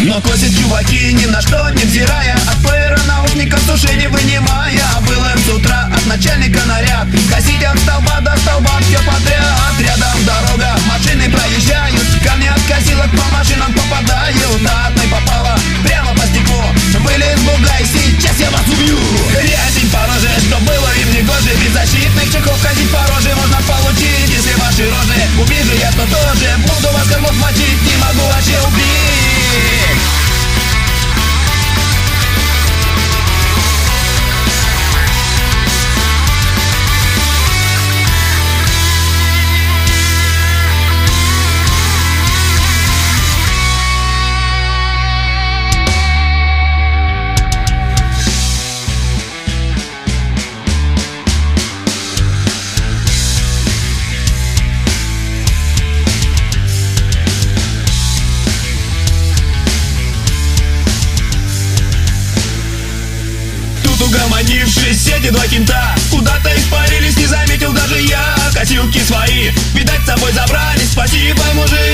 Но косят чуваки, ни на что не взирая, от плеера наушников с ушей не вынимая. Был им с утра от начальника наряд, косить от столба до столба все подряд. Рядом дорога, машины проезжают, камни от косилок по машинам попадают. А одной попала прямо по стеклу, вылез бугай, сейчас я вас убью. Грязень по роже, что было им не гоже, без защитных чехов ходить по роже можно получить. Если ваши рожи увижу я, то тоже буду вас горлов мочить, не могу вообще убить. Угомонившись, эти два кента куда-то испарились, не заметил даже я. Косилки свои, видать, с собой забрали. Спасибо, мужик.